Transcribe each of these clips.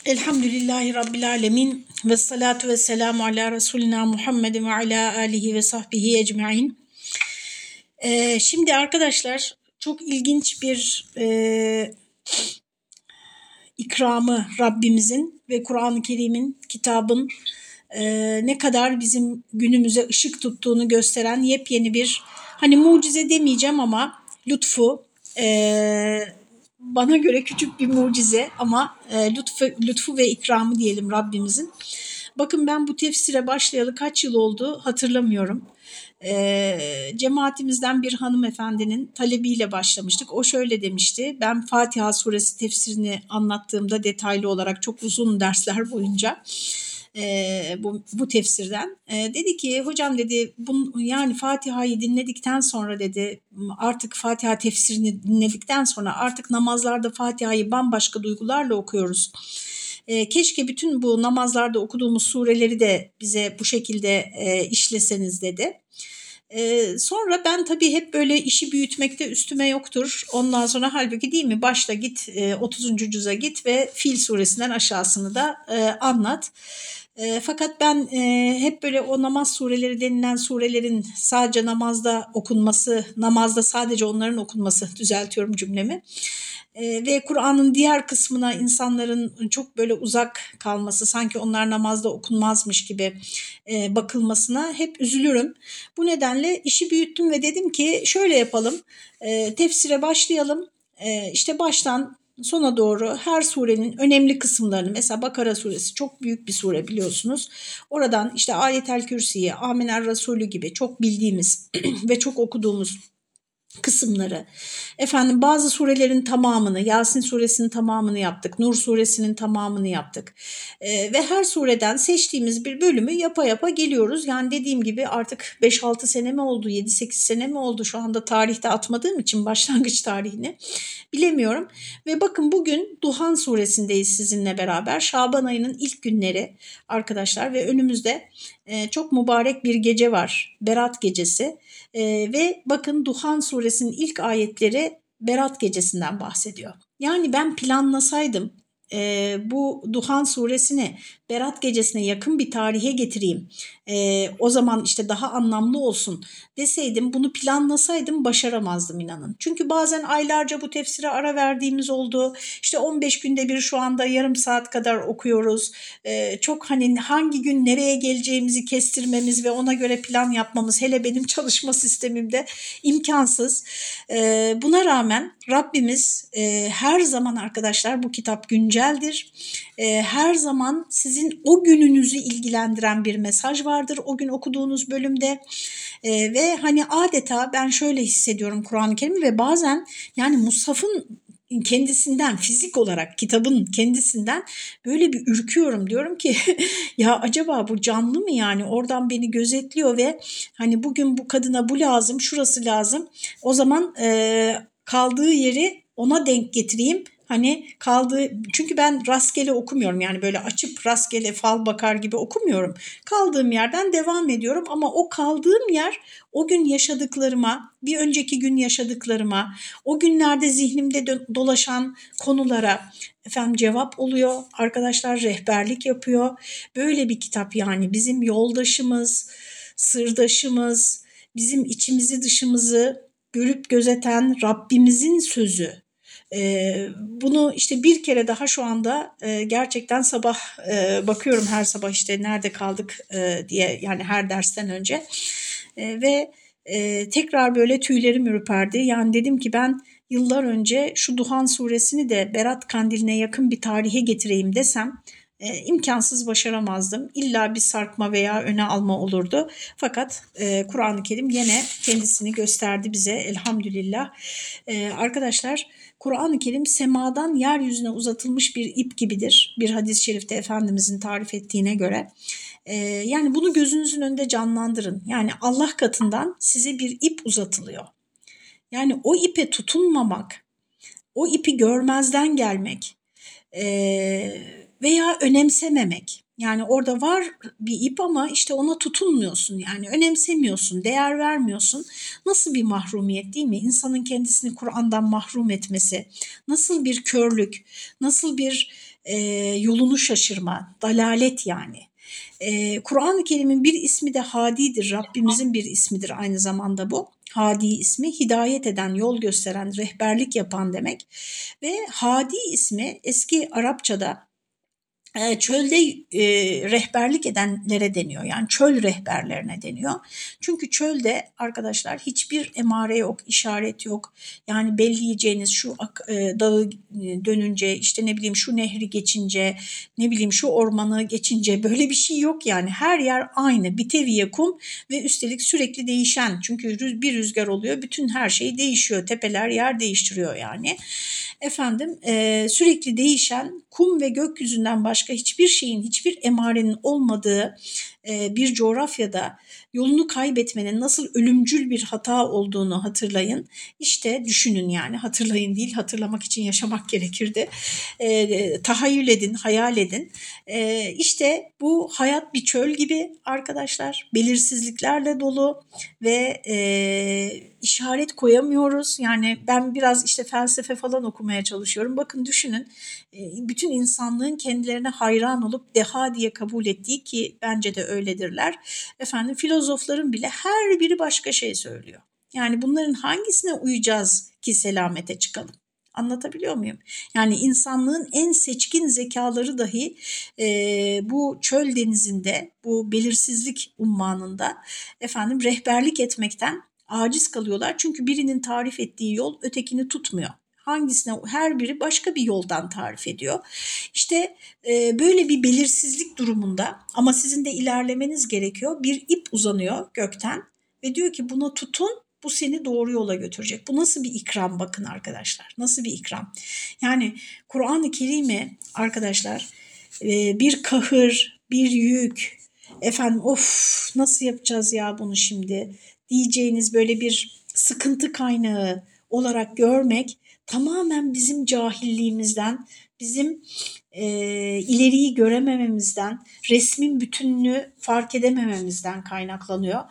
Elhamdülillahi Rabbil Alemin ve salatu ve selamu ala Resulina Muhammedin ve ala alihi ve sahbihi ecmain. Şimdi arkadaşlar çok ilginç bir ikramı Rabbimizin ve Kur'an-ı Kerim'in, kitabın ne kadar bizim günümüze ışık tuttuğunu gösteren yepyeni bir, hani mucize demeyeceğim ama lütfu, bana göre küçük bir mucize ama lütfu ve ikramı diyelim Rabbimizin. Bakın ben bu tefsire başlayalı kaç yıl oldu hatırlamıyorum. Cemaatimizden bir hanımefendinin talebiyle başlamıştık. O şöyle demişti: ben Fatiha suresi tefsirini anlattığımda detaylı olarak çok uzun dersler boyunca bu tefsirden dedi ki, hocam dedi, yani Fatiha'yı dinledikten sonra dedi, artık Fatiha tefsirini dinledikten sonra artık namazlarda Fatiha'yı bambaşka duygularla okuyoruz. Keşke bütün bu namazlarda okuduğumuz sureleri de bize bu şekilde işleseniz dedi. Sonra ben tabii hep böyle işi büyütmekte üstüme yoktur. Ondan sonra halbuki değil mi, başla git 30. cüze git ve Fil suresinden aşağısını da anlat. Fakat ben hep böyle o namaz sureleri denilen surelerin sadece namazda okunması, namazda sadece onların okunması, düzeltiyorum cümlemi. Ve Kur'an'ın diğer kısmına insanların çok böyle uzak kalması, sanki onlar namazda okunmazmış gibi bakılmasına hep üzülürüm. Bu nedenle işi büyüttüm ve dedim ki şöyle yapalım, tefsire başlayalım. İşte baştan sona doğru her surenin önemli kısımlarını, mesela Bakara suresi çok büyük bir sure biliyorsunuz. Oradan işte Ayetel Kürsi'yi, Amener Resulü gibi çok bildiğimiz ve çok okuduğumuz kısımları, efendim bazı surelerin tamamını, Yasin suresinin tamamını yaptık, Nur suresinin tamamını yaptık. Ve her sureden seçtiğimiz bir bölümü yapa yapa geliyoruz. Yani dediğim gibi artık 5-6 sene mi oldu, 7-8 sene mi oldu, şu anda tarihte atmadığım için başlangıç tarihini bilemiyorum. Ve bakın bugün Duhan suresindeyiz sizinle beraber. Şaban ayının ilk günleri arkadaşlar ve önümüzde çok mübarek bir gece var, Berat gecesi. Ve bakın Duhan suresinin ilk ayetleri Berat gecesinden bahsediyor. Yani ben planlasaydım bu Duhan suresini Berat gecesine yakın bir tarihe getireyim, o zaman işte daha anlamlı olsun deseydim, bunu planlasaydım başaramazdım inanın. Çünkü bazen aylarca bu tefsire ara verdiğimiz oldu. İşte 15 günde bir şu anda yarım saat kadar okuyoruz. Çok hani hangi gün nereye geleceğimizi kestirmemiz ve ona göre plan yapmamız, hele benim çalışma sistemimde imkansız. Buna rağmen Rabbimiz her zaman arkadaşlar, bu kitap günceldir. Her zaman sizin o gününüzü ilgilendiren bir mesaj vardır o gün okuduğunuz bölümde. Ve hani adeta ben şöyle hissediyorum Kur'an-ı Kerim'i ve bazen yani Mushaf'ın kendisinden, fizik olarak kitabın kendisinden böyle bir ürküyorum, diyorum ki ya acaba bu canlı mı, yani oradan beni gözetliyor ve hani bugün bu kadına bu lazım, şurası lazım, o zaman kaldığı yeri ona denk getireyim. Hani kaldığı, çünkü ben rastgele okumuyorum, yani böyle açıp rastgele fal bakar gibi okumuyorum. Kaldığım yerden devam ediyorum ama o kaldığım yer o gün yaşadıklarıma, bir önceki gün yaşadıklarıma, o günlerde zihnimde dolaşan konulara efendim cevap oluyor. Arkadaşlar rehberlik yapıyor. Böyle bir kitap, yani bizim yoldaşımız, sırdaşımız, bizim içimizi dışımızı görüp gözeten Rabbimizin sözü. Bunu işte bir kere daha şu anda gerçekten sabah bakıyorum, her sabah işte nerede kaldık diye, yani her dersten önce ve tekrar böyle tüylerim ürperdi. Yani dedim ki ben yıllar önce şu Duhan suresini de Berat Kandili'ne yakın bir tarihe getireyim desem imkansız, başaramazdım. İlla bir sarkma veya öne alma olurdu. Fakat Kur'an-ı Kerim yine kendisini gösterdi bize elhamdülillah. Arkadaşlar, Kur'an-ı Kerim semadan yeryüzüne uzatılmış bir ip gibidir. Bir hadis-i şerifte Efendimizin tarif ettiğine göre. Yani bunu gözünüzün önünde canlandırın. Yani Allah katından size bir ip uzatılıyor. Yani o ipe tutunmamak, o ipi görmezden gelmek veya önemsememek, Yani orada var bir ip ama işte ona tutunmuyorsun, yani önemsemiyorsun, değer vermiyorsun. Nasıl bir mahrumiyet değil mi? İnsanın kendisini Kur'an'dan mahrum etmesi, nasıl bir körlük, nasıl bir yolunu şaşırma, dalalet yani. Kur'an-ı Kerim'in bir ismi de Hadi'dir, Rabbimizin bir ismidir aynı zamanda bu. Hadi ismi hidayet eden, yol gösteren, rehberlik yapan demek. Ve Hadi ismi eski Arapçada çölde rehberlik edenlere deniyor. Yani çöl rehberlerine deniyor. Çünkü çölde arkadaşlar hiçbir emare yok, işaret yok. Yani belleyeceğiniz şu dağı dönünce, işte ne bileyim şu nehri geçince, ne bileyim şu ormanı geçince böyle bir şey yok yani. Her yer aynı, biteviye kum ve üstelik sürekli değişen. Çünkü bir rüzgar oluyor, bütün her şey değişiyor. Tepeler yer değiştiriyor yani. Efendim sürekli değişen kum ve gökyüzünden başka hiçbir şeyin, hiçbir emarenin olmadığı bir coğrafyada yolunu kaybetmenin nasıl ölümcül bir hata olduğunu hatırlayın. İşte düşünün, yani hatırlayın değil, hatırlamak için yaşamak gerekirdi. Tahayyül edin, hayal edin. İşte bu hayat bir çöl gibi arkadaşlar, belirsizliklerle dolu ve işaret koyamıyoruz. Yani ben biraz işte felsefe falan okumaya çalışıyorum. Bakın düşünün, bütün insanlığın kendilerine hayran olup deha diye kabul ettiği, ki bence de öyledirler. Efendim filozofların bile her biri başka şey söylüyor. Yani bunların hangisine uyacağız ki selamete çıkalım? Anlatabiliyor muyum? Yani insanlığın en seçkin zekaları dahi bu çöl denizinde, bu belirsizlik ummanında efendim rehberlik etmekten aciz kalıyorlar. Çünkü birinin tarif ettiği yol ötekini tutmuyor. Hangisine, her biri başka bir yoldan tarif ediyor. İşte böyle bir belirsizlik durumunda ama sizin de ilerlemeniz gerekiyor. Bir ip uzanıyor gökten ve diyor ki buna tutun, bu seni doğru yola götürecek. Bu nasıl bir ikram, bakın arkadaşlar, nasıl bir ikram. Yani Kur'an-ı Kerim'i arkadaşlar bir kahır, bir yük, efendim of nasıl yapacağız ya bunu şimdi diyeceğiniz böyle bir sıkıntı kaynağı olarak görmek tamamen bizim cahilliğimizden, bizim ileriyi göremememizden, resmin bütününü fark edemememizden kaynaklanıyor.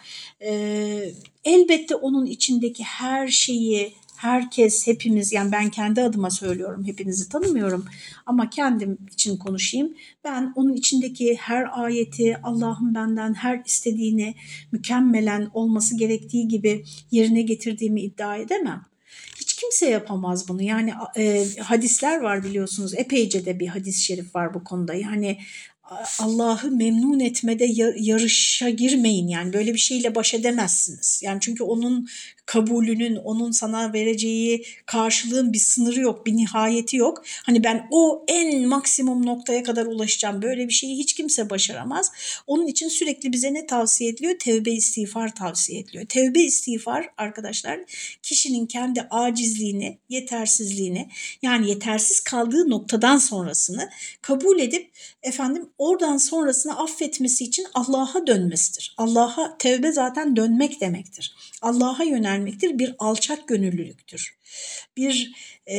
Elbette onun içindeki her şeyi herkes, hepimiz, yani ben kendi adıma söylüyorum, hepinizi tanımıyorum ama kendim için konuşayım. Ben onun içindeki her ayeti, Allah'ın benden her istediğini mükemmelen olması gerektiği gibi yerine getirdiğimi iddia edemem. Hiç kimse yapamaz bunu. Yani hadisler var biliyorsunuz. Epeyce de bir hadis-i şerif var bu konuda. Yani Allah'ı memnun etmede yarışa girmeyin. Yani böyle bir şeyle baş edemezsiniz. Yani çünkü onun kabulünün, onun sana vereceği karşılığın bir sınırı yok, bir nihayeti yok. Hani ben o en maksimum noktaya kadar ulaşacağım. Böyle bir şeyi hiç kimse başaramaz. Onun için sürekli bize ne tavsiye ediliyor? Tevbe istiğfar tavsiye ediliyor. Tevbe istiğfar arkadaşlar, kişinin kendi acizliğini, yetersizliğini, yani yetersiz kaldığı noktadan sonrasını kabul edip efendim oradan sonrasını affetmesi için Allah'a dönmesidir. Allah'a, tevbe zaten dönmek demektir. Allah'a yönelmektir, bir alçak gönüllülüktür. Bir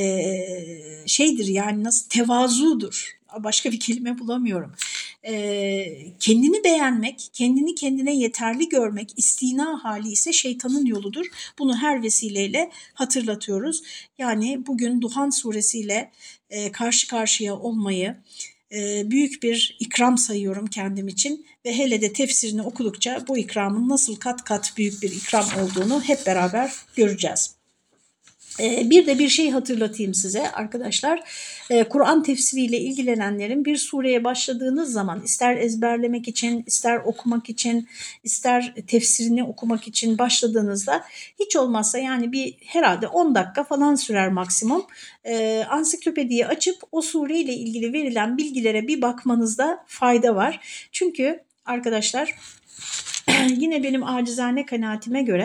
şeydir yani, nasıl, tevazudur. Başka bir kelime bulamıyorum. Kendini beğenmek, kendini kendine yeterli görmek, istina hali ise şeytanın yoludur. Bunu her vesileyle hatırlatıyoruz. Yani bugün Duhan suresiyle karşı karşıya olmayı büyük bir ikram sayıyorum kendim için ve hele de tefsirini okudukça bu ikramın nasıl kat kat büyük bir ikram olduğunu hep beraber göreceğiz. Bir de bir şey hatırlatayım size arkadaşlar. Kur'an tefsiriyle ilgilenenlerin bir sureye başladığınız zaman, ister ezberlemek için, ister okumak için, ister tefsirini okumak için başladığınızda hiç olmazsa yani bir herhalde 10 dakika falan sürer maksimum. Ansiklopediyi açıp o sureyle ilgili verilen bilgilere bir bakmanızda fayda var. Çünkü arkadaşlar yine benim acizane kanaatime göre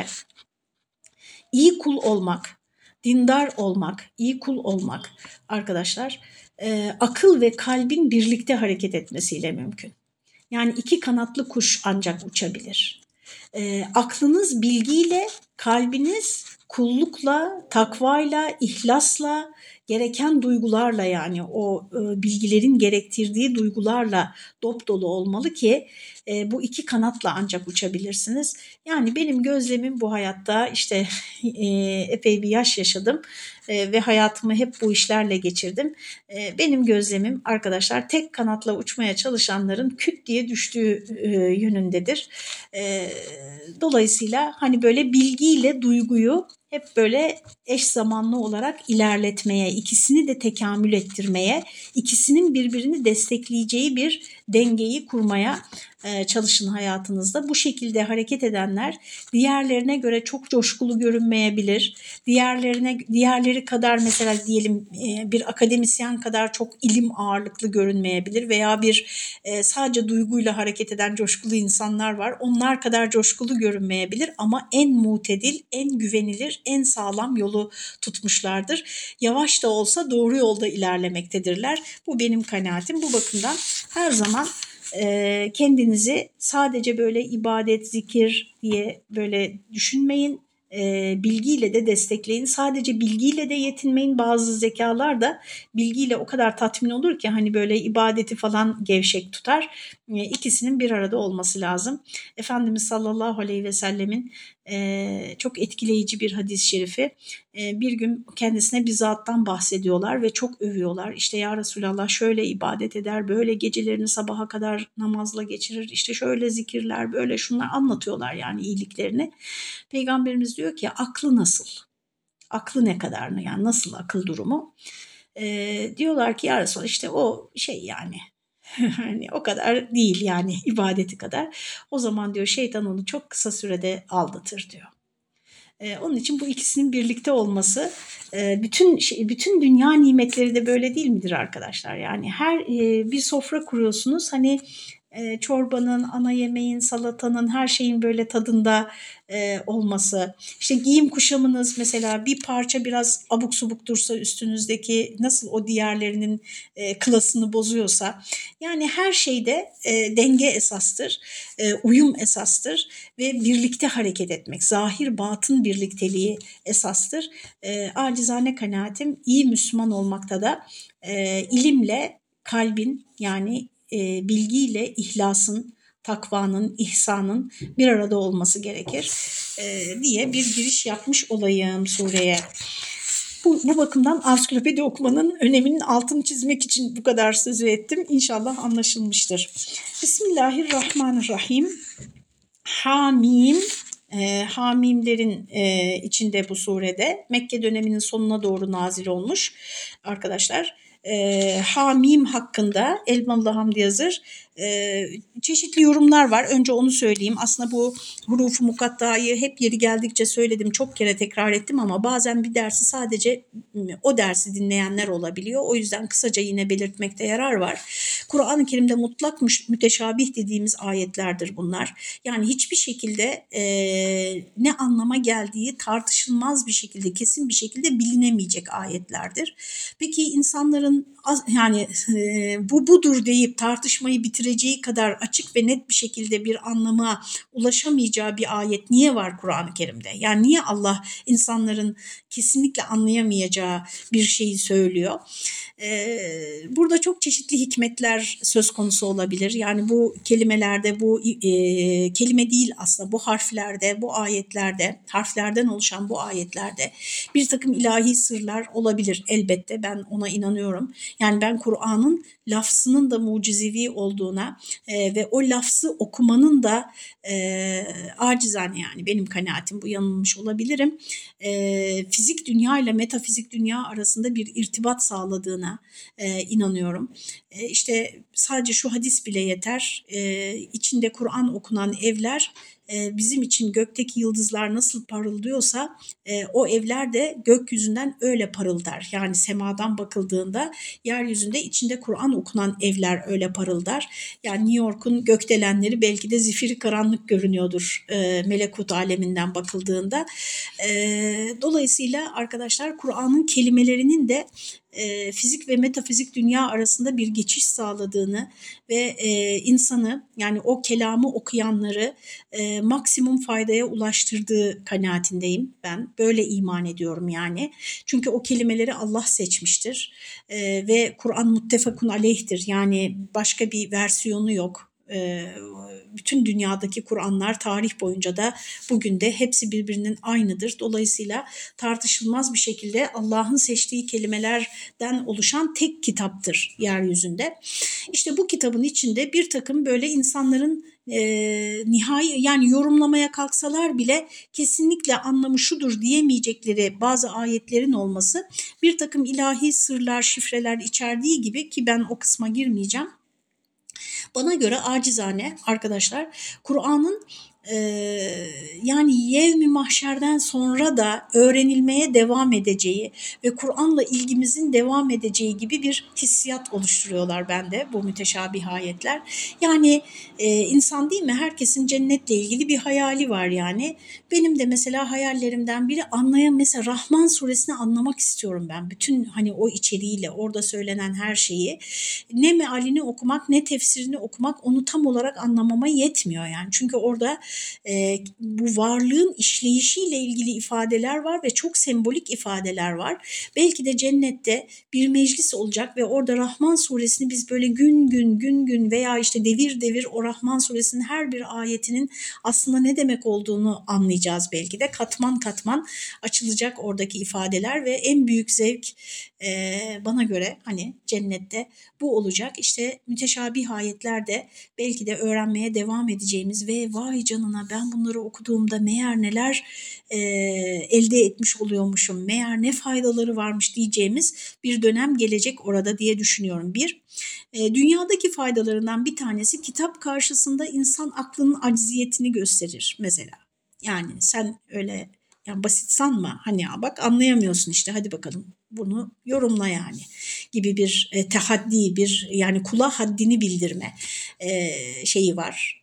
iyi kul olmak, dindar olmak, iyi kul olmak arkadaşlar akıl ve kalbin birlikte hareket etmesiyle mümkün. Yani iki kanatlı kuş ancak uçabilir. Aklınız bilgiyle, kalbiniz kullukla, takvayla, ihlasla, gereken duygularla, yani o bilgilerin gerektirdiği duygularla dop dolu olmalı ki bu iki kanatla ancak uçabilirsiniz. Yani benim gözlemim bu hayatta, işte epey bir yaş yaşadım ve hayatımı hep bu işlerle geçirdim. Benim gözlemim arkadaşlar, tek kanatla uçmaya çalışanların küt diye düştüğü yönündedir. Dolayısıyla hani böyle bilgiyle duyguyu hep böyle eş zamanlı olarak ilerletmeye, ikisini de tekamül ettirmeye, ikisinin birbirini destekleyeceği bir dengeyi kurmaya çalışın hayatınızda. Bu şekilde hareket edenler diğerlerine göre çok coşkulu görünmeyebilir. Diğerleri kadar, mesela diyelim bir akademisyen kadar çok ilim ağırlıklı görünmeyebilir veya bir sadece duyguyla hareket eden coşkulu insanlar var. Onlar kadar coşkulu görünmeyebilir ama en mutedil, en güvenilir, en sağlam yolu tutmuşlardır. Yavaş da olsa doğru yolda ilerlemektedirler. Bu benim kanaatim. Bu bakımdan her zaman kendinizi sadece böyle ibadet, zikir diye böyle düşünmeyin. Bilgiyle de destekleyin. Sadece bilgiyle de yetinmeyin. Bazı zekalar da bilgiyle o kadar tatmin olur ki hani böyle ibadeti falan gevşek tutar. İkisinin bir arada olması lazım. Efendimiz sallallahu aleyhi ve sellemin çok etkileyici bir hadis-i şerifi. Bir gün kendisine bir zattan bahsediyorlar ve çok övüyorlar. İşte ya Resulallah şöyle ibadet eder, böyle gecelerini sabaha kadar namazla geçirir, işte şöyle zikirler, böyle şunlar anlatıyorlar yani iyiliklerini. Peygamberimiz diyor ki aklı nasıl? Aklı ne kadarını, yani nasıl akıl durumu? Diyorlar ki ya Resulallah işte o şey yani hani o kadar değil yani ibadeti kadar. O zaman diyor şeytan onu çok kısa sürede aldatır diyor. Onun için bu ikisinin birlikte olması, bütün dünya nimetleri de böyle değil midir arkadaşlar? Yani bir sofra kuruyorsunuz, hani çorbanın, ana yemeğin, salatanın, her şeyin böyle tadında olması. İşte giyim kuşamınız mesela bir parça biraz abuk subuk dursa üstünüzdeki, nasıl o diğerlerinin klasını bozuyorsa, yani her şeyde denge esastır, uyum esastır ve birlikte hareket etmek, zahir batın birlikteliği esastır. Acizane kanaatim, iyi Müslüman olmakta da ilimle kalbin, yani bilgiyle ihlasın, takvanın, ihsanın bir arada olması gerekir diye bir giriş yapmış olayım sureye. Bu bakımdan ansiklopedi okumanın öneminin altını çizmek için bu kadar sözü ettim. İnşallah anlaşılmıştır. Bismillahirrahmanirrahim. Hamim. Hamimlerin içinde bu surede Mekke döneminin sonuna doğru nazil olmuş arkadaşlar. Hamim hakkında Elmalı Hamdi Yazır çeşitli yorumlar var. Önce onu söyleyeyim. Aslında bu hurufu mukattayı hep yeri geldikçe söyledim. Çok kere tekrar ettim ama bazen bir dersi sadece o dersi dinleyenler olabiliyor. O yüzden kısaca yine belirtmekte yarar var. Kur'an-ı Kerim'de mutlak müteşabih dediğimiz ayetlerdir bunlar. Yani hiçbir şekilde ne anlama geldiği tartışılmaz bir şekilde, kesin bir şekilde bilinemeyecek ayetlerdir. Peki insanların yani bu budur deyip tartışmayı bitireceği kadar açık ve net bir şekilde bir anlama ulaşamayacağı bir ayet niye var Kur'an-ı Kerim'de? Yani niye Allah insanların kesinlikle anlayamayacağı bir şeyi söylüyor? Burada çok çeşitli hikmetler söz konusu olabilir. Yani bu kelimelerde, bu kelime değil aslında, bu harflerde, bu ayetlerde, harflerden oluşan bu ayetlerde bir takım ilahi sırlar olabilir elbette. Ben ona inanıyorum. Yani ben Kur'an'ın lafzının da mucizevi olduğuna ve o lafzı okumanın da acizane, yani benim kanaatim, bu yanılmış olabilirim, fizik dünya ile metafizik dünya arasında bir irtibat sağladığına inanıyorum. İşte sadece şu hadis bile yeter. İçinde Kur'an okunan evler, bizim için gökteki yıldızlar nasıl parıldıyorsa o evler de gökyüzünden öyle parıldar. Yani semadan bakıldığında yeryüzünde içinde Kur'an okunan evler öyle parıldar. Yani New York'un gökdelenleri belki de zifiri karanlık görünüyordur melekut aleminden bakıldığında. Dolayısıyla arkadaşlar Kur'an'ın kelimelerinin de fizik ve metafizik dünya arasında bir geçiş sağladığını ve insanı, yani o kelamı okuyanları maksimum faydaya ulaştırdığı kanaatindeyim ben. Böyle iman ediyorum yani. Çünkü o kelimeleri Allah seçmiştir ve Kur'an muttefakun aleyhtir. Yani başka bir versiyonu yok. Bütün dünyadaki Kur'anlar tarih boyunca da bugün de hepsi birbirinin aynıdır. Dolayısıyla tartışılmaz bir şekilde Allah'ın seçtiği kelimelerden oluşan tek kitaptır yeryüzünde. İşte bu kitabın içinde bir takım böyle insanların nihai, yani yorumlamaya kalksalar bile kesinlikle anlamı şudur diyemeyecekleri bazı ayetlerin olması, bir takım ilahi sırlar, şifreler içerdiği gibi, ki ben o kısma girmeyeceğim. Bana göre acizane arkadaşlar, Kur'an'ın yani yevmi mahşerden sonra da öğrenilmeye devam edeceği ve Kur'an'la ilgimizin devam edeceği gibi bir hissiyat oluşturuyorlar bende bu müteşabih ayetler. Yani insan değil mi? Herkesin cennetle ilgili bir hayali var yani. Benim de mesela hayallerimden biri, mesela Rahman suresini anlamak istiyorum ben. Bütün hani o içeriğiyle, orada söylenen her şeyi, ne mealini okumak ne tefsirini okumak onu tam olarak anlamama yetmiyor yani. Çünkü orada bu varlığın işleyişiyle ilgili ifadeler var ve çok sembolik ifadeler var. Belki de cennette bir meclis olacak ve orada Rahman suresini biz böyle gün gün veya işte devir devir o Rahman suresinin her bir ayetinin aslında ne demek olduğunu anlayacağız belki de. Katman katman açılacak oradaki ifadeler ve en büyük zevk bana göre hani cennette bu olacak. İşte müteşabih ayetler de belki de öğrenmeye devam edeceğimiz ve vay canına ben bunları okuduğumda meğer neler elde etmiş oluyormuşum, meğer ne faydaları varmış diyeceğimiz bir dönem gelecek orada diye düşünüyorum. Dünyadaki faydalarından bir tanesi, kitap karşısında insan aklının acziyetini gösterir mesela. Yani sen öyle yani basit sanma, hani ya bak anlayamıyorsun işte, hadi bakalım bunu yorumla yani gibi bir tehaddi, bir yani kula haddini bildirme şeyi var,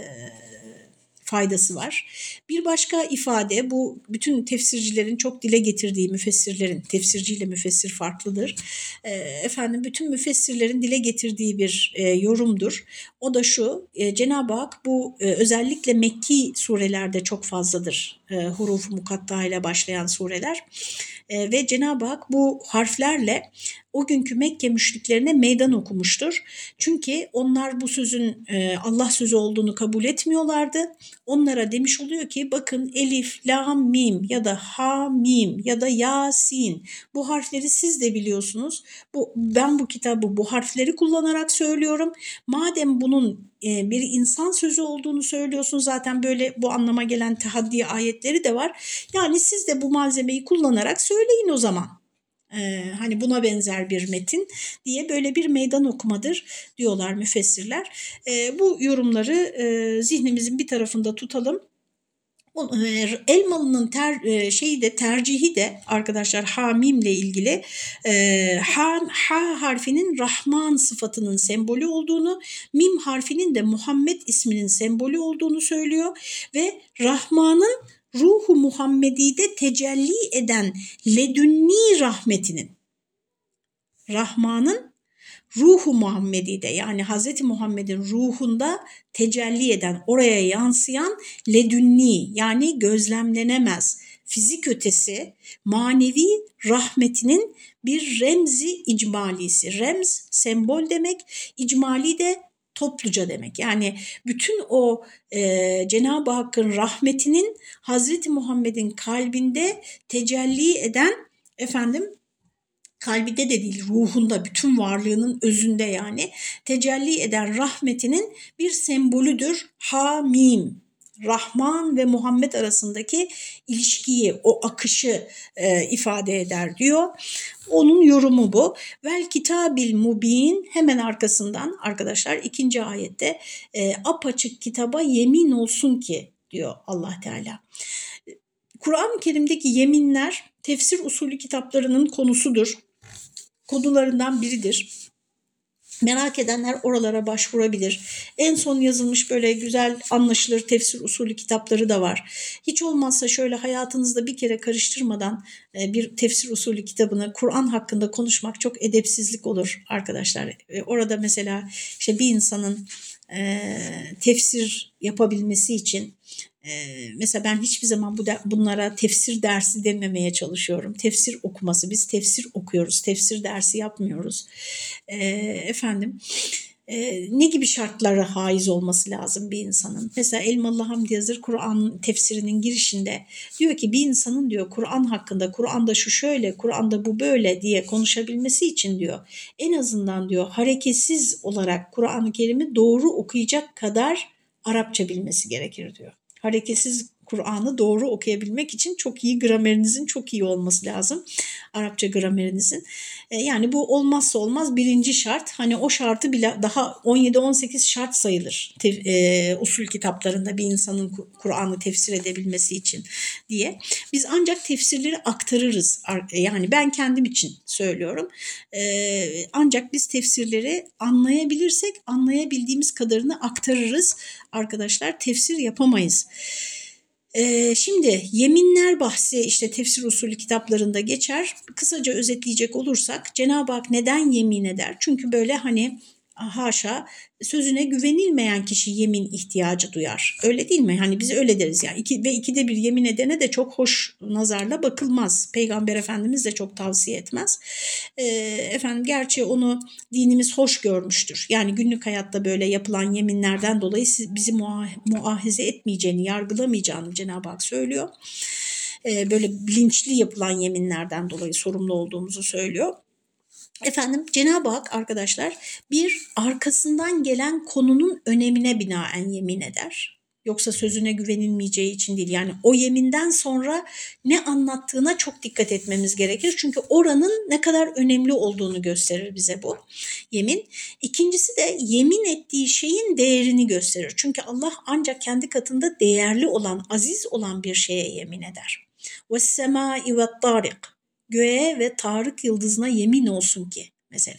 faydası var. Bir başka ifade, bu bütün tefsircilerin çok dile getirdiği, müfessirlerin, tefsirciyle müfessir farklıdır. Bütün müfessirlerin dile getirdiği bir yorumdur. O da şu, Cenab-ı Hak bu özellikle Mekki surelerde çok fazladır. Huruf-u mukatta ile başlayan sureler. Ve Cenab-ı Hak bu harflerle o günkü Mekke müşriklerine meydan okumuştur. Çünkü onlar bu sözün Allah sözü olduğunu kabul etmiyorlardı. Onlara demiş oluyor ki bakın elif, lam, mim ya da ha, mim ya da yasin, bu harfleri siz de biliyorsunuz. Ben bu kitabı bu harfleri kullanarak söylüyorum. Madem bunun bir insan sözü olduğunu söylüyorsun, zaten böyle bu anlama gelen tehaddi ayetleri de var. Yani siz de bu malzemeyi kullanarak söyleyin o zaman. Hani buna benzer bir metin diye böyle bir meydan okumadır diyorlar müfessirler. Bu yorumları zihnimizin bir tarafında tutalım. Elmalı'nın tercihi de arkadaşlar hamimle ilgili ha harfinin Rahman sıfatının sembolü olduğunu, mim harfinin de Muhammed isminin sembolü olduğunu söylüyor ve Rahman'ın Ruhu Muhammedi'de tecelli eden ledünni rahmetinin, Rahman'ın Ruhu Muhammedi'de yani Hz. Muhammed'in ruhunda tecelli eden, oraya yansıyan ledünni yani gözlemlenemez, fizik ötesi manevi rahmetinin bir remzi icmalisi. Remz sembol demek, icmali de topluca demek. Yani bütün o Cenab-ı Hakk'ın rahmetinin Hz. Muhammed'in kalbinde tecelli eden, kalbinde de değil, ruhunda, bütün varlığının özünde yani tecelli eden rahmetinin bir sembolüdür. Hamim, Rahman ve Muhammed arasındaki ilişkiyi, o akışı ifade eder diyor. Onun yorumu bu. Vel kitabil mubin, hemen arkasından arkadaşlar 2. ayette apaçık kitaba yemin olsun ki diyor Allah Teala. Kur'an-ı Kerim'deki yeminler tefsir usulü kitaplarının konusudur. Konularından biridir. Merak edenler oralara başvurabilir. En son yazılmış böyle güzel anlaşılır tefsir usulü kitapları da var. Hiç olmazsa şöyle hayatınızda bir kere karıştırmadan bir tefsir usulü kitabını, Kur'an hakkında konuşmak çok edepsizlik olur arkadaşlar. Orada mesela işte bir insanın tefsir yapabilmesi için mesela ben hiçbir zaman bunlara tefsir dersi dememeye çalışıyorum. Tefsir okuması, biz tefsir okuyoruz, tefsir dersi yapmıyoruz. Efendim, ne gibi şartlara haiz olması lazım bir insanın? Mesela Elmalı Hamdi Yazır Kur'an tefsirinin girişinde diyor ki bir insanın diyor Kur'an hakkında, Kur'an'da şu şöyle, Kur'an'da bu böyle diye konuşabilmesi için diyor en azından diyor hareketsiz olarak Kur'an-ı Kerim'i doğru okuyacak kadar Arapça bilmesi gerekir diyor. Hareketsiz Kur'an'ı doğru okuyabilmek için çok iyi gramerinizin çok iyi olması lazım. Arapça gramerinizin. Yani bu olmazsa olmaz birinci şart. Hani o şartı bile daha 17-18 şart sayılır usul kitaplarında bir insanın Kur'an'ı tefsir edebilmesi için diye. Biz ancak tefsirleri aktarırız. Yani ben kendim için söylüyorum. Ancak biz tefsirleri anlayabilirsek anlayabildiğimiz kadarını aktarırız. Arkadaşlar tefsir yapamayız. Şimdi yeminler bahsi işte tefsir usulü kitaplarında geçer. Kısaca özetleyecek olursak Cenab-ı Hak neden yemin eder? Çünkü böyle hani haşa sözüne güvenilmeyen kişi yemin ihtiyacı duyar. Öyle değil mi? Hani biz öyle deriz yani. İkide bir yemin edene de çok hoş nazarla bakılmaz. Peygamber Efendimiz de çok tavsiye etmez. Efendim gerçi onu dinimiz hoş görmüştür. Yani günlük hayatta böyle yapılan yeminlerden dolayı bizi muahize etmeyeceğini, yargılamayacağını Cenab-ı Hak söylüyor. Böyle bilinçli yapılan yeminlerden dolayı sorumlu olduğumuzu söylüyor. Efendim Cenab-ı Hak arkadaşlar bir arkasından gelen konunun önemine binaen yemin eder. Yoksa sözüne güvenilmeyeceği için değil. Yani o yeminden sonra ne anlattığına çok dikkat etmemiz gerekir. Çünkü oranın ne kadar önemli olduğunu gösterir bize bu yemin. İkincisi de yemin ettiği şeyin değerini gösterir. Çünkü Allah ancak kendi katında değerli olan, aziz olan bir şeye yemin eder. وَالسَّمَاءِ وَالطَّارِقِ Göğe ve Tarık yıldızına yemin olsun ki mesela.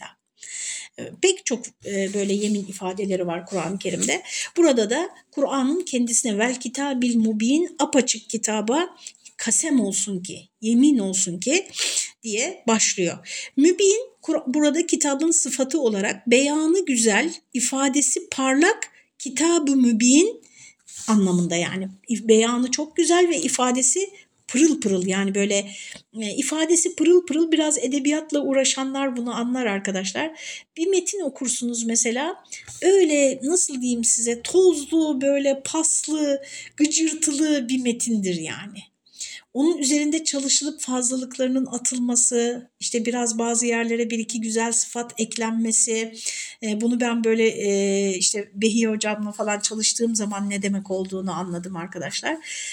Pek çok böyle yemin ifadeleri var Kur'an-ı Kerim'de. Burada da Kur'an'ın kendisine vel kitabil mubin apaçık kitaba kasem olsun ki, yemin olsun ki diye başlıyor. Mübin burada kitabın sıfatı olarak beyanı güzel, ifadesi parlak, kitab-ı mübin anlamında yani. Beyanı çok güzel ve ifadesi pırıl pırıl yani böyle ifadesi pırıl pırıl biraz edebiyatla uğraşanlar bunu anlar arkadaşlar. Bir metin okursunuz mesela öyle nasıl diyeyim size tozlu böyle paslı gıcırtılı bir metindir yani. Onun üzerinde çalışılıp fazlalıklarının atılması, işte biraz bazı yerlere bir iki güzel sıfat eklenmesi, bunu ben böyle işte Behiye hocamla falan çalıştığım zaman ne demek olduğunu anladım arkadaşlar.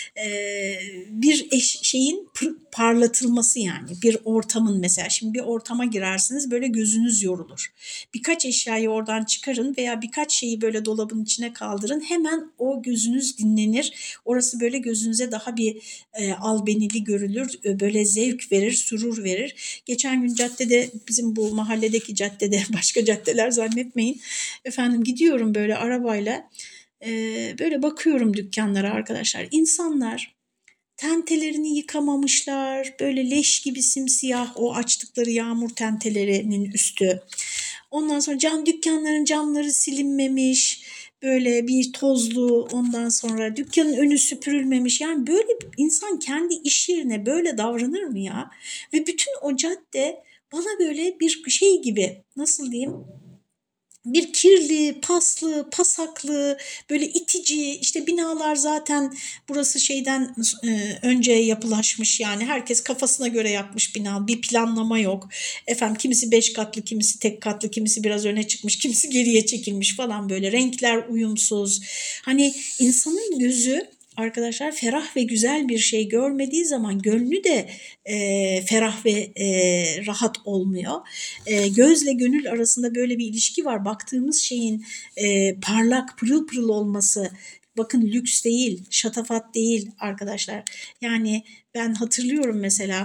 Bir şeyin parlatılması yani bir ortamın mesela şimdi bir ortama girersiniz böyle gözünüz yorulur. Birkaç eşyayı oradan çıkarın veya birkaç şeyi böyle dolabın içine kaldırın hemen o gözünüz dinlenir. Orası böyle gözünüze daha bir albenili görülür, böyle zevk verir, sürur verir. Geçen gün caddede bizim bu mahalledeki caddede başka caddeler zannetmeyin. Efendim gidiyorum böyle arabayla böyle bakıyorum dükkanlara arkadaşlar. İnsanlar tentelerini yıkamamışlar. Böyle leş gibi simsiyah o açtıkları yağmur tentelerinin üstü. Ondan sonra dükkanların camları silinmemiş. Böyle bir tozlu ondan sonra dükkanın önü süpürülmemiş. Yani böyle insan kendi iş yerine böyle davranır mı ya? Ve bütün o cadde bana böyle bir şey gibi nasıl diyeyim? Bir kirli, paslı, pasaklı, böyle itici, işte binalar zaten burası şeyden önce yapılaşmış yani herkes kafasına göre yapmış bina, bir planlama yok. Efendim kimisi 5 katlı, kimisi tek katlı, kimisi biraz öne çıkmış, kimisi geriye çekilmiş falan böyle renkler uyumsuz. Hani insanın gözü arkadaşlar ferah ve güzel bir şey görmediği zaman gönlü de ferah ve rahat olmuyor. Gözle gönül arasında böyle bir ilişki var. Baktığımız şeyin parlak pırıl pırıl olması bakın lüks değil, şatafat değil arkadaşlar. Yani ben hatırlıyorum mesela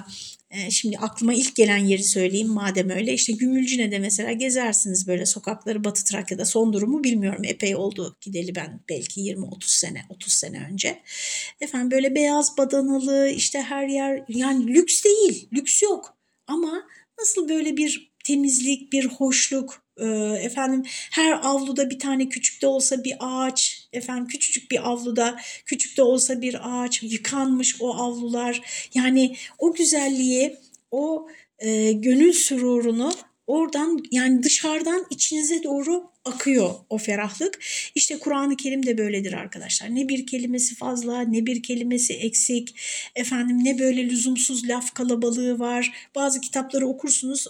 Şimdi aklıma ilk gelen yeri söyleyeyim madem öyle. İşte Gümülcine'de mesela gezersiniz böyle sokakları, Batı Trakya'da son durumu bilmiyorum. Epey oldu gideli ben, belki 20-30 sene önce. Efendim böyle beyaz badanalı işte her yer, yani lüks değil, lüks yok. Ama nasıl böyle bir temizlik, bir hoşluk, efendim her avluda bir tane küçük de olsa bir ağaç, efendim küçücük bir avluda küçük de olsa bir ağaç, yıkanmış o avlular. Yani o güzelliği, o gönül sürurunu oradan, yani dışarıdan içinize doğru akıyor o ferahlık. İşte Kur'an-ı Kerim de böyledir arkadaşlar. Ne bir kelimesi fazla, ne bir kelimesi eksik. Efendim ne böyle lüzumsuz laf kalabalığı var. Bazı kitapları okursunuz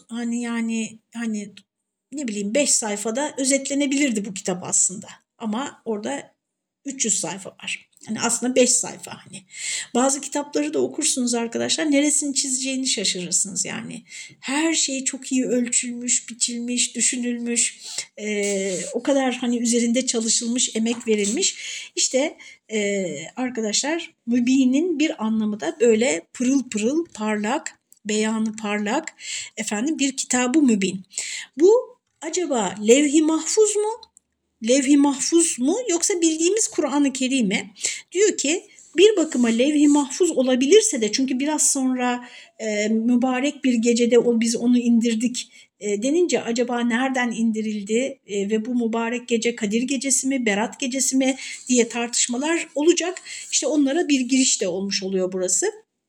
hani ne bileyim 5 sayfada özetlenebilirdi bu kitap aslında. Ama orada 300 sayfa var. Hani aslında 5 sayfa hani. Bazı kitapları da okursunuz arkadaşlar, neresini çizeceğini şaşırırsınız yani. Her şey çok iyi ölçülmüş, biçilmiş, düşünülmüş. O kadar hani üzerinde çalışılmış, emek verilmiş. İşte arkadaşlar mübinin bir anlamı da böyle pırıl pırıl parlak, beyanı parlak efendim bir kitab-ı mübin. Bu acaba levh-i mahfuz mu? Levh-i mahfuz mu yoksa bildiğimiz Kur'an-ı Kerim mi? Diyor ki bir bakıma levh-i mahfuz olabilirse de, çünkü biraz sonra mübarek bir gecede biz onu indirdik denince acaba nereden indirildi ve bu mübarek gece Kadir Gecesi mi, Berat Gecesi mi diye tartışmalar olacak. İşte onlara bir giriş de olmuş oluyor burası.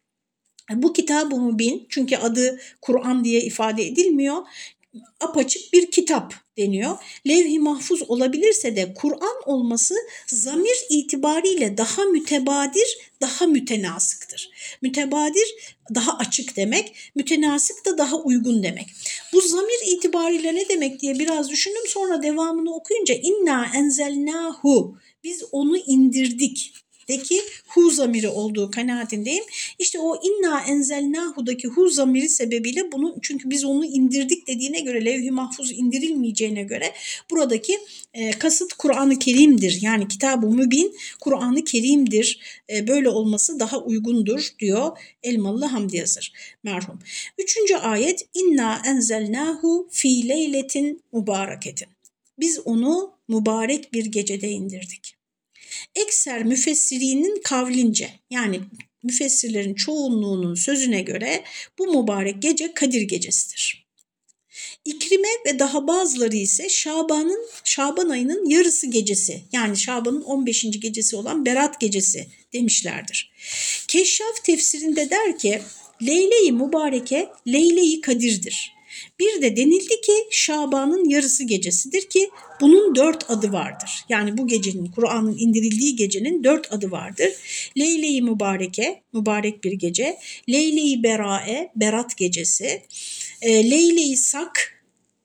Bu Kitab-ı Mübin, çünkü adı Kur'an diye ifade edilmiyor, apaçık bir kitap deniyor. Levh-i mahfuz olabilirse de Kur'an olması zamir itibariyle daha mütebadir, daha mütenasıktır. Mütebadir daha açık demek, mütenasık da daha uygun demek. Bu zamir itibariyle ne demek diye biraz düşündüm, sonra devamını okuyunca inna enzelnahu, biz onu indirdik deki hu zamiri olduğu kanaatindeyim. İşte o inna enzelnahu'daki hu zamiri sebebiyle bunu, çünkü biz onu indirdik dediğine göre levh-i mahfuz indirilmeyeceğine göre buradaki kasıt Kur'an-ı Kerim'dir. Yani Kitab-ı Mübin Kur'an-ı Kerim'dir. Böyle olması daha uygundur diyor Elmalı Hamdi Yazır merhum. 3. ayet inna enzelnahu fi leyletin mübareketin. Biz onu mübarek bir gecede indirdik. Ekser müfessirinin kavlince, yani müfessirlerin çoğunluğunun sözüne göre bu mübarek gece Kadir Gecesi'dir. İkrime ve daha bazıları ise Şaban ayının yarısı gecesi, yani Şaban'ın 15. gecesi olan Berat Gecesi demişlerdir. Keşşaf tefsirinde der ki Leyle-i Mübareke Leyle-i Kadir'dir. Bir de denildi ki Şaban'ın yarısı gecesidir ki bunun 4 adı vardır. Yani bu gecenin, Kur'an'ın indirildiği gecenin 4 adı vardır. Leyle-i Mübareke, mübarek bir gece. Leyle-i Berae, Berat gecesi. Leyle-i Sak,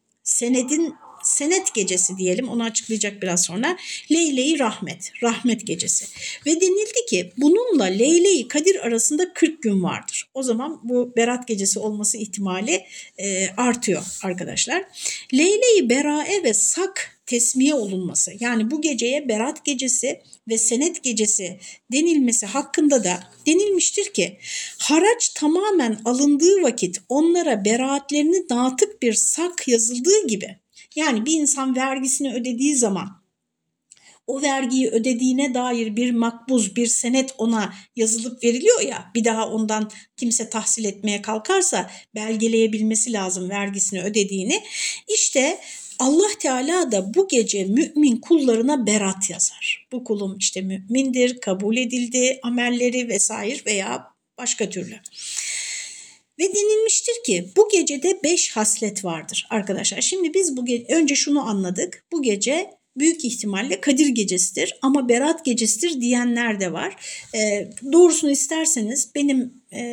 senet gecesi diyelim, onu açıklayacak biraz sonra. Leyle-i Rahmet, rahmet gecesi. Ve denildi ki bununla Leyle-i Kadir arasında 40 gün vardır. O zaman bu Berat gecesi olması ihtimali artıyor arkadaşlar. Leyle-i Berae ve Sak tesmiye olunması, yani bu geceye Berat gecesi ve senet gecesi denilmesi hakkında da denilmiştir ki haraç tamamen alındığı vakit onlara beraatlerini natık bir sak yazıldığı gibi, yani bir insan vergisini ödediği zaman o vergiyi ödediğine dair bir makbuz, bir senet ona yazılıp veriliyor ya, bir daha ondan kimse tahsil etmeye kalkarsa belgeleyebilmesi lazım vergisini ödediğini. İşte Allah Teala da bu gece mümin kullarına berat yazar. Bu kulum işte mümindir, kabul edildi amelleri vesaire veya başka türlü. Ve denilmiştir ki bu gecede 5 haslet vardır arkadaşlar. Şimdi biz önce şunu anladık. Bu gece büyük ihtimalle Kadir Gecesi'dir ama Berat Gecesi'dir diyenler de var. Doğrusunu isterseniz benim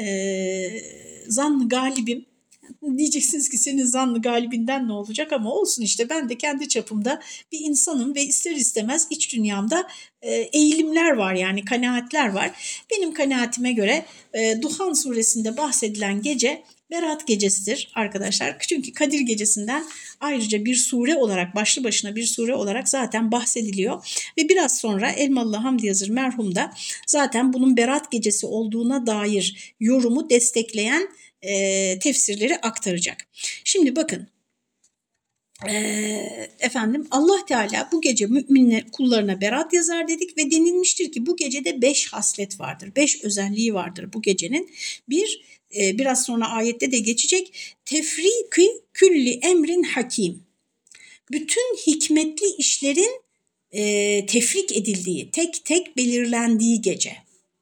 zan-ı galibim, diyeceksiniz ki senin zan-ı galibinden ne olacak, ama olsun işte, ben de kendi çapımda bir insanım ve ister istemez iç dünyamda eğilimler var, yani kanaatler var. Benim kanaatime göre Duhan suresinde bahsedilen gece Berat gecesidir arkadaşlar. Çünkü Kadir gecesinden ayrıca bir sure olarak, başlı başına bir sure olarak zaten bahsediliyor. Ve biraz sonra Elmalı Hamdi Yazır merhum da zaten bunun Berat gecesi olduğuna dair yorumu destekleyen tefsirleri aktaracak. Şimdi bakın. Efendim Allah Teala bu gece müminler kullarına berat yazar dedik ve denilmiştir ki bu gecede 5 haslet vardır. 5 özelliği vardır bu gecenin. Biraz sonra ayette de geçecek. Tefriki külli emrin hakim. Bütün hikmetli işlerin tefrik edildiği, tek tek belirlendiği gece.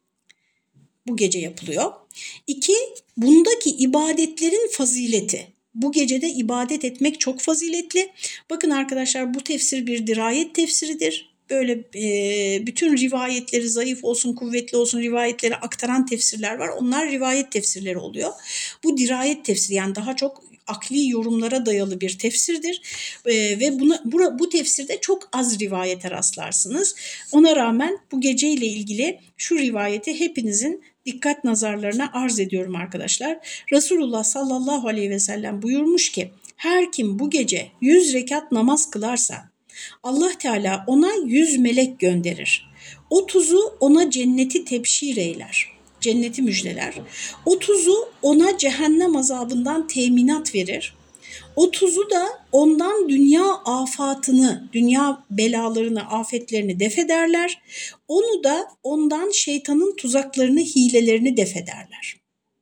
Bu gece yapılıyor. 2. Bundaki ibadetlerin fazileti. Bu gecede ibadet etmek çok faziletli. Bakın arkadaşlar bu tefsir bir dirayet tefsiridir. Böyle bütün rivayetleri zayıf olsun kuvvetli olsun rivayetleri aktaran tefsirler var. Onlar rivayet tefsirleri oluyor. Bu dirayet tefsiri yani daha çok akli yorumlara dayalı bir tefsirdir ve bu tefsirde çok az rivayete rastlarsınız. Ona rağmen bu geceyle ilgili şu rivayeti hepinizin dikkat nazarlarına arz ediyorum arkadaşlar. Resulullah sallallahu aleyhi ve sellem buyurmuş ki her kim bu gece 100 rekat namaz kılarsa Allah Teala ona 100 melek gönderir. 30'u ona cenneti tebşir eyler. Cenneti müjdeler. 30'u ona cehennem azabından teminat verir. 30'u da ondan dünya afatını, dünya belalarını, afetlerini def ederler. Onu da ondan şeytanın tuzaklarını, hilelerini def ederler.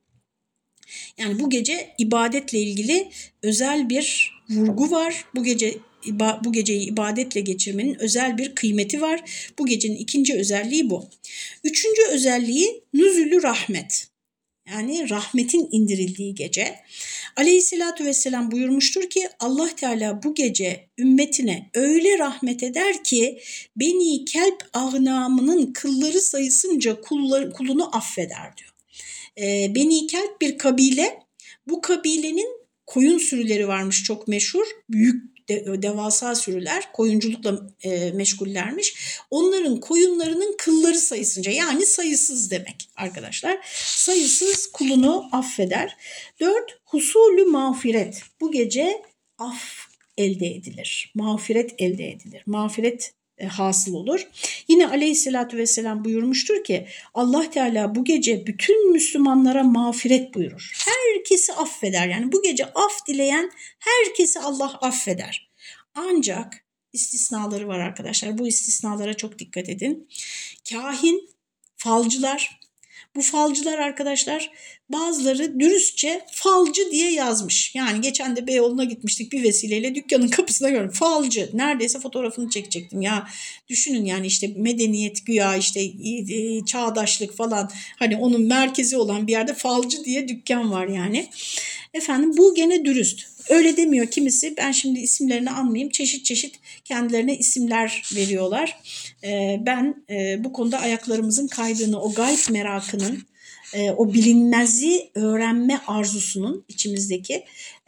Yani bu gece ibadetle ilgili özel bir vurgu var. Bu geceyi ibadetle geçirmenin özel bir kıymeti var. Bu gecenin ikinci özelliği bu. Üçüncü özelliği nüzülü rahmet. Yani rahmetin indirildiği gece. Aleyhissalatü vesselam buyurmuştur ki Allah Teala bu gece ümmetine öyle rahmet eder ki Beni Kelp ağnamının kılları sayısınca kulunu affeder diyor. Beni Kelp bir kabile. Bu kabilenin koyun sürüleri varmış çok meşhur. Büyük devasa sürüler koyunculukla meşgullermiş. Onların koyunlarının kılları sayısınca yani sayısız demek arkadaşlar. Sayısız kulunu affeder. 4. Husulü mağfiret. Bu gece af elde edilir. Mağfiret elde edilir. Mağfiret hasıl olur. Yine aleyhissalatü vesselam buyurmuştur ki Allah Teala bu gece bütün Müslümanlara mağfiret buyurur. Herkesi affeder. Yani bu gece af dileyen herkesi Allah affeder. Ancak istisnaları var arkadaşlar. Bu istisnalara çok dikkat edin. Kahin, falcılar. Bu falcılar arkadaşlar bazıları dürüstçe falcı diye yazmış. Yani geçen de Beyoğlu'na gitmiştik bir vesileyle dükkanın kapısına gördüm. Falcı. Neredeyse fotoğrafını çekecektim. Ya düşünün yani işte medeniyet güya işte çağdaşlık falan hani onun merkezi olan bir yerde falcı diye dükkan var yani. Efendim bu gene dürüst. Öyle demiyor kimisi. Ben şimdi isimlerini anmayayım. Çeşit çeşit kendilerine isimler veriyorlar. Ben bu konuda ayaklarımızın kaydığını, o gayb merakının, o bilinmezi öğrenme arzusunun içimizdeki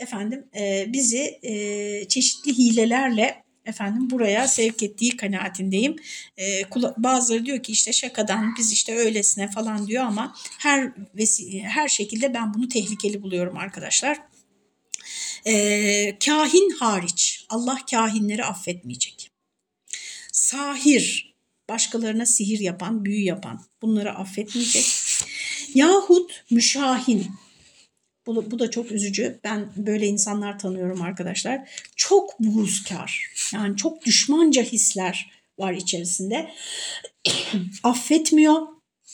bizi çeşitli hilelerle buraya sevk ettiği kanaatindeyim. Bazıları diyor ki işte şakadan biz işte öylesine falan diyor ama her şekilde ben bunu tehlikeli buluyorum arkadaşlar. Kahin hariç Allah kahinleri affetmeyecek. Sahir, başkalarına sihir yapan, büyü yapan bunları affetmeyecek. Yahut müşahin, bu da çok üzücü. Ben böyle insanlar tanıyorum arkadaşlar. Çok buğuzkar, yani çok düşmanca hisler var içerisinde. Affetmiyor.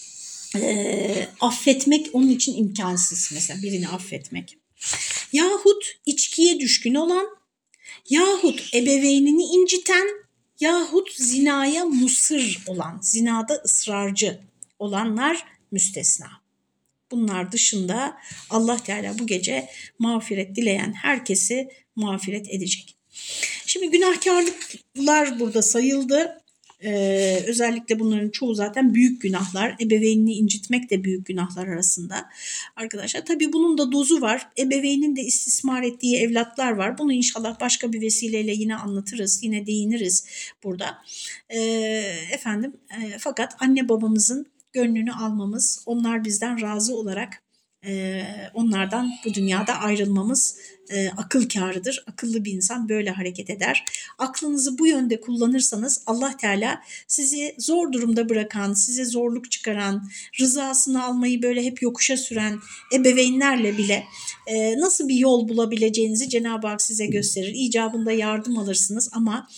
Affetmek onun için imkansız mesela birini affetmek. Yahut içkiye düşkün olan, yahut ebeveynini inciten, yahut zinaya musır olan, zinada ısrarcı olanlar müstesna. Bunlar dışında Allah Teala bu gece mağfiret dileyen herkesi mağfiret edecek. Şimdi günahkarlıklar burada sayıldı. Özellikle bunların çoğu zaten büyük günahlar. Ebeveynini incitmek de büyük günahlar arasında. Arkadaşlar tabii bunun da dozu var. Ebeveynin de istismar ettiği evlatlar var. Bunu inşallah başka bir vesileyle yine anlatırız. Yine değiniriz burada. Fakat anne babamızın gönlünü almamız, onlar bizden razı olarak onlardan bu dünyada ayrılmamız akıl kârıdır. Akıllı bir insan böyle hareket eder. Aklınızı bu yönde kullanırsanız Allah Teala sizi zor durumda bırakan, size zorluk çıkaran, rızasını almayı böyle hep yokuşa süren ebeveynlerle bile nasıl bir yol bulabileceğinizi Cenab-ı Hak size gösterir. İcabında yardım alırsınız ama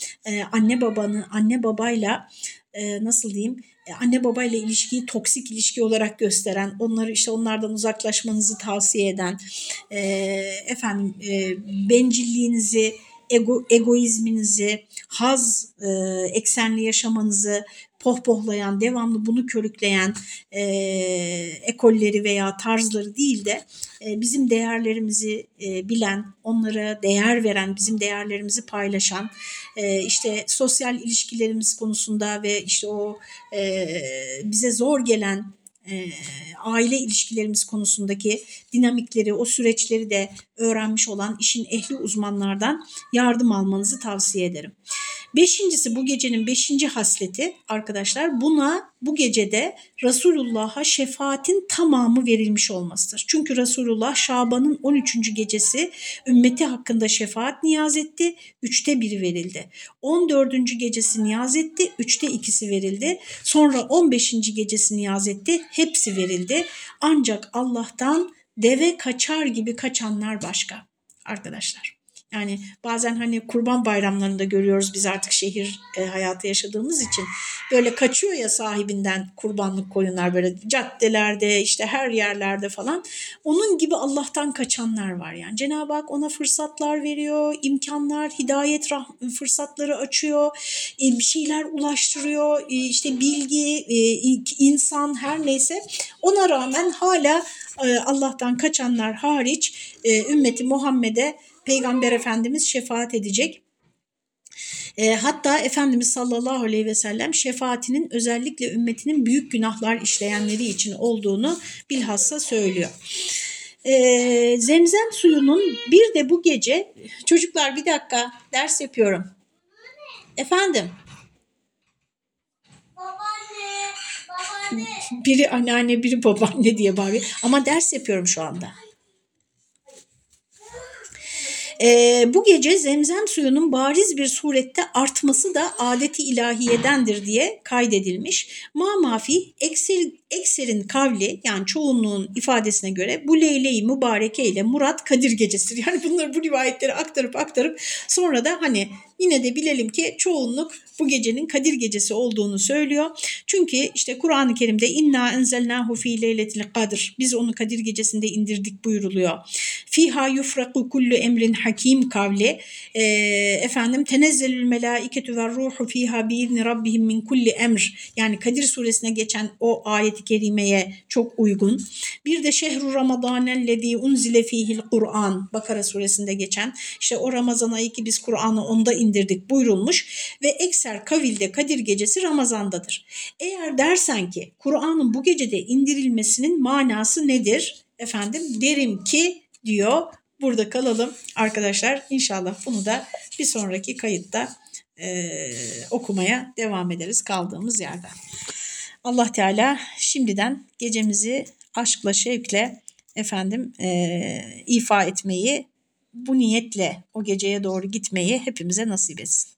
anne babayla nasıl diyeyim, anne babayla ilişkiyi toksik ilişki olarak gösteren, onları işte onlardan uzaklaşmanızı tavsiye eden, e, bencilliğinizi, egoizminizi, eksenli yaşamanızı pohpohlayan, devamlı bunu körükleyen ekolleri veya tarzları değil de bizim değerlerimizi bilen, onlara değer veren, bizim değerlerimizi paylaşan, işte sosyal ilişkilerimiz konusunda ve işte o bize zor gelen aile ilişkilerimiz konusundaki dinamikleri, o süreçleri de öğrenmiş olan işin ehli uzmanlardan yardım almanızı tavsiye ederim. Beşincisi, bu gecenin 5. hasleti arkadaşlar, bu gecede Resulullah'a şefaatin tamamı verilmiş olmasıdır. Çünkü Resulullah Şaban'ın 13. gecesi ümmeti hakkında şefaat niyaz etti, 1/3 verildi. 14. gecesi niyaz etti, 2/3 verildi. Sonra 15. gecesi niyaz etti, hepsi verildi. Ancak Allah'tan deve kaçar gibi kaçanlar başka arkadaşlar. Yani bazen hani kurban bayramlarında görüyoruz biz, artık şehir hayatı yaşadığımız için böyle kaçıyor ya sahibinden kurbanlık koyunlar, böyle caddelerde, işte her yerlerde falan. Onun gibi Allah'tan kaçanlar var yani. Cenab-ı Hak ona fırsatlar veriyor, imkanlar, hidayet fırsatları açıyor, bir şeyler ulaştırıyor, işte bilgi, insan, her neyse. Ona rağmen hala Allah'tan kaçanlar hariç ümmeti Muhammed'e Peygamber Efendimiz şefaat edecek. Hatta Efendimiz sallallahu aleyhi ve sellem şefaatinin özellikle ümmetinin büyük günahlar işleyenleri için olduğunu bilhassa söylüyor. Zemzem suyunun bir de bu gece, çocuklar bir dakika ders yapıyorum. Efendim? Biri anneanne, biri babaanne diye bağırıyor ama ders yapıyorum şu anda. Bu gece zemzem suyunun bariz bir surette artması da adeti ilahiyedendir diye kaydedilmiş. Mafi ekserin kavli, yani çoğunluğun ifadesine göre bu leyle-i mübareke ile murat Kadir gecesidir. Yani bunları, bu rivayetleri aktarıp sonra da hani yine de bilelim ki çoğunluk bu gecenin Kadir gecesi olduğunu söylüyor. Çünkü işte Kur'an-ı Kerim'de inna enzelnahu fi leyletil kadr, biz onu Kadir gecesinde indirdik buyuruluyor. Fiha yufraku kullu emrin hakim kavli, tenezzelül melaiketu ve ruhu fiha biizni rabbihim min kulli emr, yani Kadir suresine geçen o ayet-i kerimeye çok uygun. Bir de şehru ramadanellezî unzile fihil Kur'an, Bakara suresinde geçen, işte o Ramazan ayı ki biz Kur'an'ı onda indirdik buyurulmuş ve ekser kavilde Kadir gecesi Ramazan'dadır. Eğer dersen ki Kur'an'ın bu gecede indirilmesinin manası nedir? Derim ki diyor, burada kalalım arkadaşlar. İnşallah bunu da bir sonraki kayıtta okumaya devam ederiz kaldığımız yerden. Allah Teala şimdiden gecemizi aşkla, şevkle ifa etmeyi, bu niyetle o geceye doğru gitmeyi hepimize nasip etsin.